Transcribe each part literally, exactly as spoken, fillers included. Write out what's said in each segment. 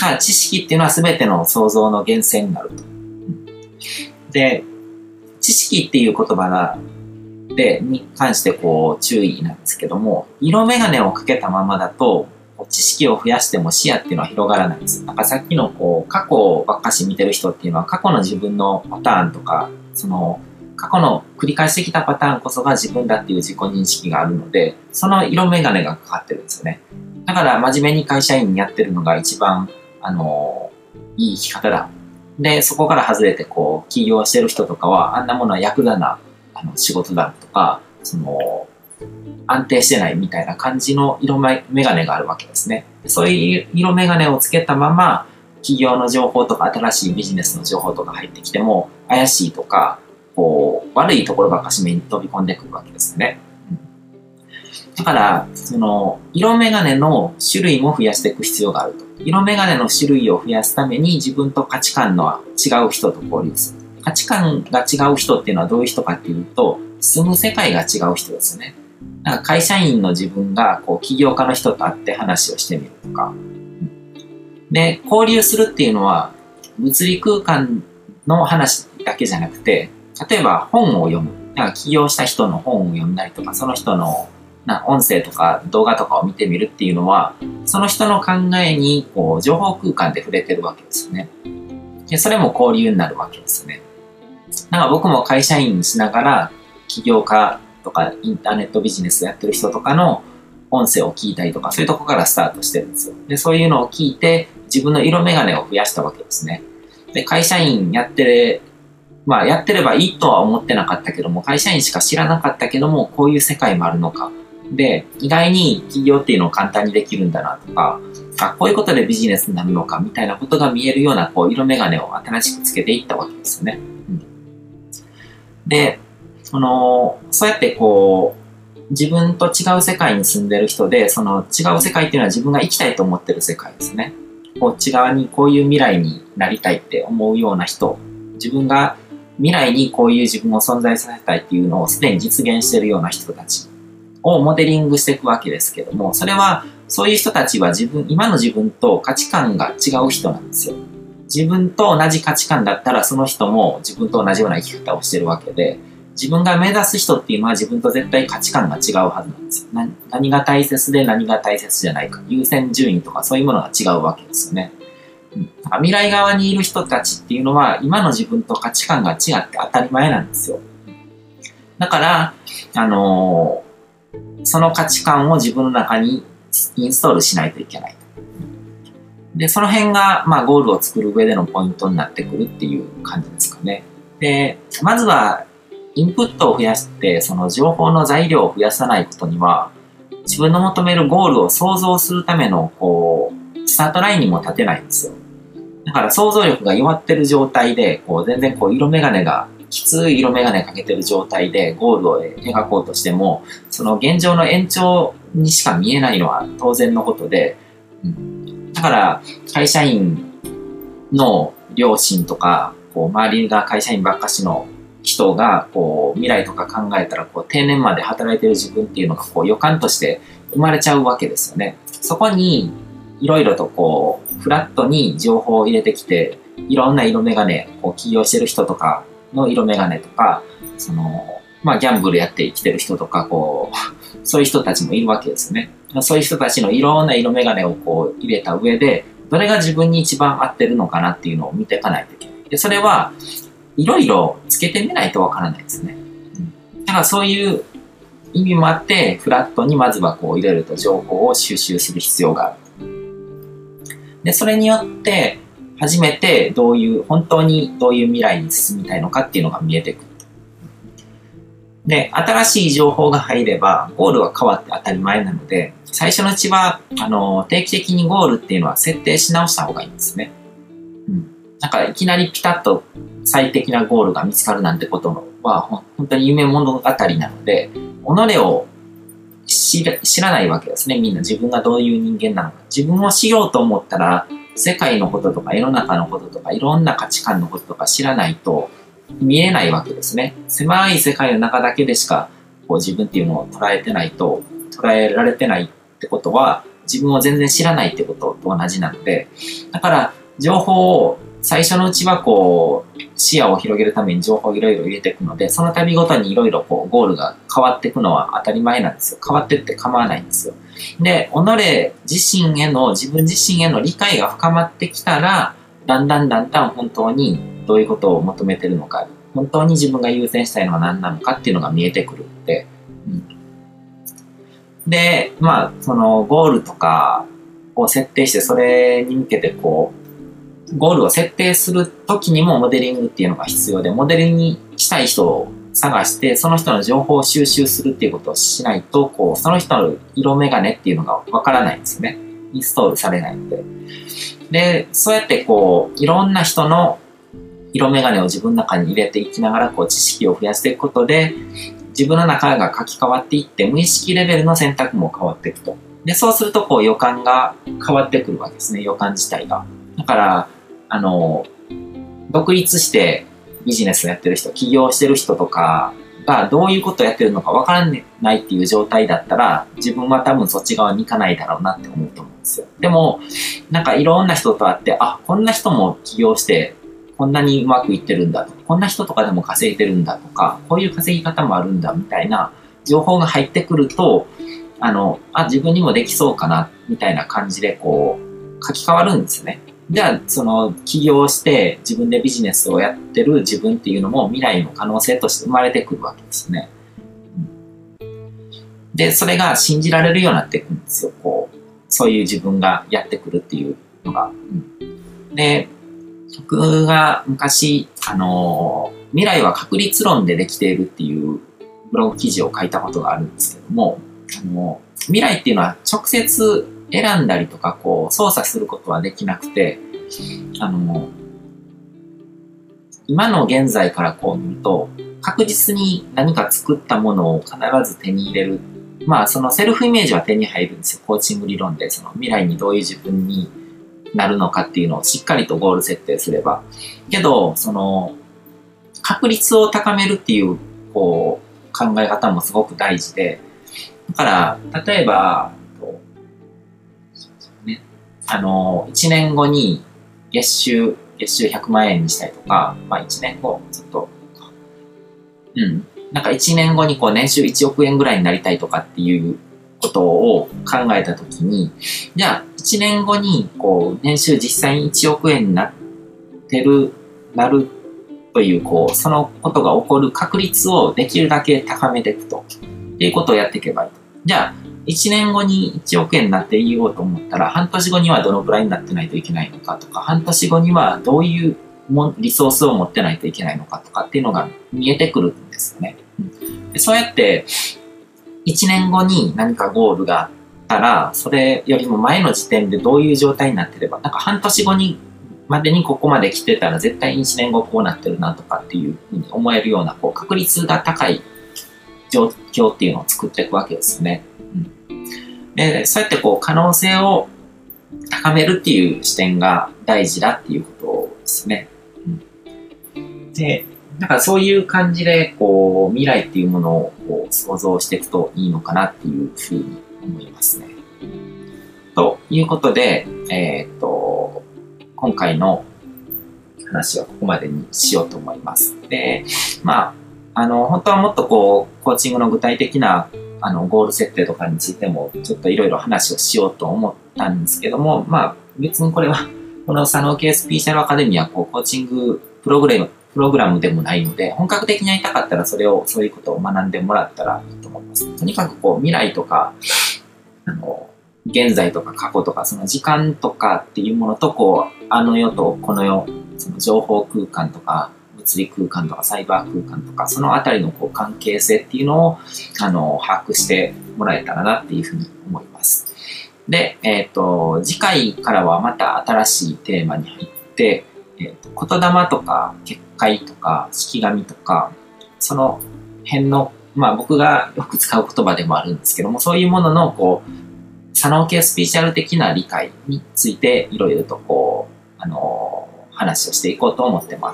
から知識っていうのは全ての創造の源泉になると。で、知識っていう言葉がでに関してこう注意なんですけども、色眼鏡をかけたままだと知識を増やしても視野っていうのは広がらないんです。なんかさっきのこう過去ばっかし見てる人っていうのは過去の自分のパターンとか、その過去の繰り返してきたパターンこそが自分だっていう自己認識があるので、その色眼鏡がかかってるんですよね。だから真面目に会社員やってるのが一番、あのー、いい生き方だ。で、そこから外れてこう起業してる人とかは、あんなものはヤクザなあの仕事だとか、その安定してないみたいな感じの色眼鏡があるわけですね。そういう色眼鏡をつけたまま、企業の情報とか新しいビジネスの情報とか入ってきても、怪しいとか、こう悪いところばっかし目に飛び込んでくるわけですよね。だから、その、色眼鏡の種類も増やしていく必要があると。色眼鏡の種類を増やすために自分と価値観の違う人と交流する。価値観が違う人っていうのはどういう人かっていうと、住む世界が違う人ですよね。なんか会社員の自分がこう起業家の人と会って話をしてみるとか。で、交流するっていうのは物理空間の話だけじゃなくて、例えば本を読む。なんか起業した人の本を読んだりとか、その人のな音声とか動画とかを見てみるっていうのは、その人の考えにこう情報空間で触れてるわけですよね。で、それも交流になるわけですよね。だから僕も会社員しながら起業家とかインターネットビジネスやってる人とかの音声を聞いたりとか、そういうとこからスタートしてるんですよ。で、そういうのを聞いて自分の色眼鏡を増やしたわけですね。で、会社員やってる、まあやってればいいとは思ってなかったけども、会社員しか知らなかったけども、こういう世界もあるのか。で、意外に起業っていうのを簡単にできるんだなとか、あ、こういうことでビジネスになるのかみたいなことが見えるようなこう色眼鏡を新しくつけていったわけですよね。うん、で、その、そうやってこう、自分と違う世界に住んでる人で、その違う世界っていうのは自分が生きたいと思ってる世界ですね。こっち側にこういう未来になりたいって思うような人、自分が未来にこういう自分を存在させたいっていうのをすでに実現しているような人たちをモデリングしていくわけですけども、それはそういう人たちは自分、今の自分と価値観が違う人なんですよ。自分と同じ価値観だったらその人も自分と同じような生き方をしてるわけで、自分が目指す人っていうのは自分と絶対価値観が違うはずなんですよ。何、何が大切で何が大切じゃないか、優先順位とかそういうものが違うわけですよね。うん、未来側にいる人たちっていうのは今の自分と価値観が違って当たり前なんですよ。だから、あのー、その価値観を自分の中にインストールしないといけない。で、その辺が、まあ、ゴールを作る上でのポイントになってくるっていう感じですかね。で、まずは、インプットを増やして、その情報の材料を増やさないことには、自分の求めるゴールを想像するための、こう、スタートラインにも立てないんですよ。だから想像力が弱ってる状態で、こう、全然こう、色眼鏡が、きつい色眼鏡かけてる状態でゴールを描こうとしても、その現状の延長にしか見えないのは当然のことで、うん、だから会社員の両親とか、こう周りが会社員ばっかしの人がこう未来とか考えたらこう定年まで働いてる自分っていうのがこう予感として生まれちゃうわけですよね。そこにいろいろとこうフラットに情報を入れてきて、いろんな色眼鏡、こう起業してる人とかの色眼鏡とか、そのまあギャンブルやって生きてる人とか、こうそういう人たちもいるわけですよね。そういう人たちのいろんな色眼鏡をこう入れた上で、どれが自分に一番合ってるのかなっていうのを見ていかないといけない。で、それはいろいろつけてみないとわからないですね。うん、だからそういう意味もあって、フラットにまずはこういろいろと情報を収集する必要がある。で、それによって初めてどういう、本当にどういう未来に進みたいのかっていうのが見えてくる。で、新しい情報が入れば、ゴールは変わって当たり前なので、最初のうちは、あの、定期的にゴールっていうのは設定し直した方がいいんですね。うん。なんか、いきなりピタッと最適なゴールが見つかるなんてことは、本当に夢物語なので、己を知ら、知らないわけですね。みんな自分がどういう人間なのか。自分を知ろうと思ったら、世界のこととか世の中のこととかいろんな価値観のこととか知らないと見えないわけですね。狭い世界の中だけでしかこう自分っていうのを捉えてないと、捉えられてないってことは、 自分を全然知らないってことと同じなので、だから情報を最初のうちはこう視野を広げるために情報をいろいろ入れていくので、その度ごとにいろいろこうゴールが変わっていくのは当たり前なんですよ。変わっていって構わないんですよ。で、己自身への、自分自身への理解が深まってきたら、だんだんだんだん本当にどういうことを求めてるのか、本当に自分が優先したいのは何なのかっていうのが見えてくるので、うん、で、まあ、そのゴールとかを設定して、それに向けてこう、ゴールを設定するときにもモデリングっていうのが必要で、モデルにしたい人を探して、その人の情報を収集するっていうことをしないと、こう、その人の色眼鏡っていうのがわからないんですよね。インストールされないので。で、そうやってこう、いろんな人の色眼鏡を自分の中に入れていきながら、こう、知識を増やしていくことで、自分の中が書き換わっていって、無意識レベルの選択も変わっていくと。で、そうすると、こう、予感が変わってくるわけですね。予感自体が。だから、あの、独立してビジネスをやってる人、起業してる人とかがどういうことをやってるのかわからないっていう状態だったら、自分は多分そっち側に行かないだろうなって思うと思うんですよ。でも、なんかいろんな人と会って、あ、こんな人も起業して、こんなにうまくいってるんだと。こんな人とかでも稼いでるんだとか、こういう稼ぎ方もあるんだみたいな情報が入ってくると、あの、あ、自分にもできそうかな、みたいな感じでこう、書き換わるんですよね。じゃあ、その、起業して自分でビジネスをやってる自分っていうのも未来の可能性として生まれてくるわけですね。うん、で、それが信じられるようになっていくんですよ。こう、そういう自分がやってくるっていうのが。うん、で、僕が昔、あのー、未来は確率論でできているっていうブログ記事を書いたことがあるんですけども、あのー、未来っていうのは直接選んだりとか、こう、操作することはできなくて、あの、今の現在からこう見ると、確実に何か作ったものを必ず手に入れる。まあ、そのセルフイメージは手に入るんですよ。コーチング理論で、その未来にどういう自分になるのかっていうのをしっかりとゴール設定すれば。けど、その、確率を高めるっていう、こう、考え方もすごく大事で、だから、例えば、あの、いちねんごに月収、月収ひゃくまんえんにしたりとか、まあいちねんご、ちょっと、うん。なんかいちねんごにこう年収いちおくえんぐらいになりたいとかっていうことを考えたときに、じゃあいちねんごにこう年収実際にいちおくえんになってる、なるという、こう、そのことが起こる確率をできるだけ高めていくと。っていうことをやっていけばいいと。じゃあ、いちねんごにいちおくえんになって言おうと思ったら、半年後にはどのくらいになってないといけないのかとか、半年後にはどういうもリソースを持ってないといけないのかとかっていうのが見えてくるんですよね。うん、でそうやって、いちねんごに何かゴールがあったら、それよりも前の時点でどういう状態になってれば、なんか半年後にまでにここまで来てたら絶対にいちねんごこうなってるなとかっていうふうに思えるような、こう確率が高い状況っていうのを作っていくわけですよね。うん、で、そうやってこう可能性を高めるっていう視点が大事だっていうことですね。うん、で、だからそういう感じでこう未来っていうものをこう想像していくといいのかなっていうふうに思いますね。ということで、えー、っと、今回の話はここまでにしようと思います。で、まあ、あの、本当はもっとこう、コーチングの具体的なあの、ゴール設定とかについても、ちょっといろいろ話をしようと思ったんですけども、まあ、別にこれは、この佐野系スピーチャルアカデミーは、こう、コーチングプログラム、プログラムでもないので、本格的にやりたかったら、それを、そういうことを学んでもらったらいいと思います。とにかく、こう、未来とか、あの、現在とか過去とか、その時間とかっていうものと、こう、あの世とこの世、その情報空間とか、物理空間とかサイバー空間とか、そのあたりのこう関係性っていうのを、あの、把握してもらえたらなっていうふうに思います。で、えっと、次回からはまた新しいテーマに入って、えっと、言霊とか、結界とか、式神とか、その辺の、まあ僕がよく使う言葉でもあるんですけども、そういうものの、こう、佐野系スピーチャル的な理解について、いろいろとこう、あの、話をしていこうと思ってます。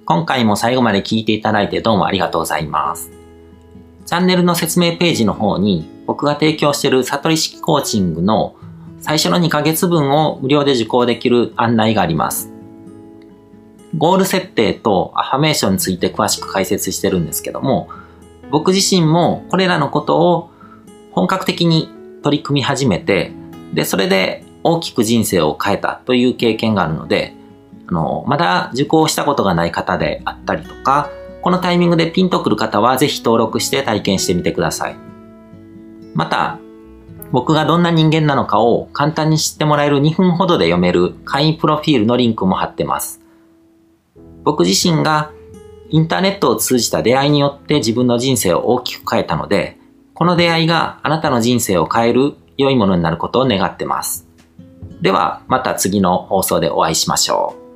今回も最後まで聞いていただいてどうもありがとうございます。チャンネルの説明ページの方に僕が提供している悟り式コーチングの最初のにかげつぶんを無料で受講できる案内があります。ゴール設定とアファメーションについて詳しく解説してるんですけども、僕自身もこれらのことを本格的に取り組み始めて、で、それで大きく人生を変えたという経験があるので、あの、まだ受講したことがない方であったりとか、このタイミングでピンとくる方はぜひ登録して体験してみてください。また、僕がどんな人間なのかを簡単に知ってもらえるにふんほどで読める会員プロフィールのリンクも貼ってます。僕自身がインターネットを通じた出会いによって自分の人生を大きく変えたので、この出会いがあなたの人生を変える良いものになることを願ってます。ではまた次の放送でお会いしましょう。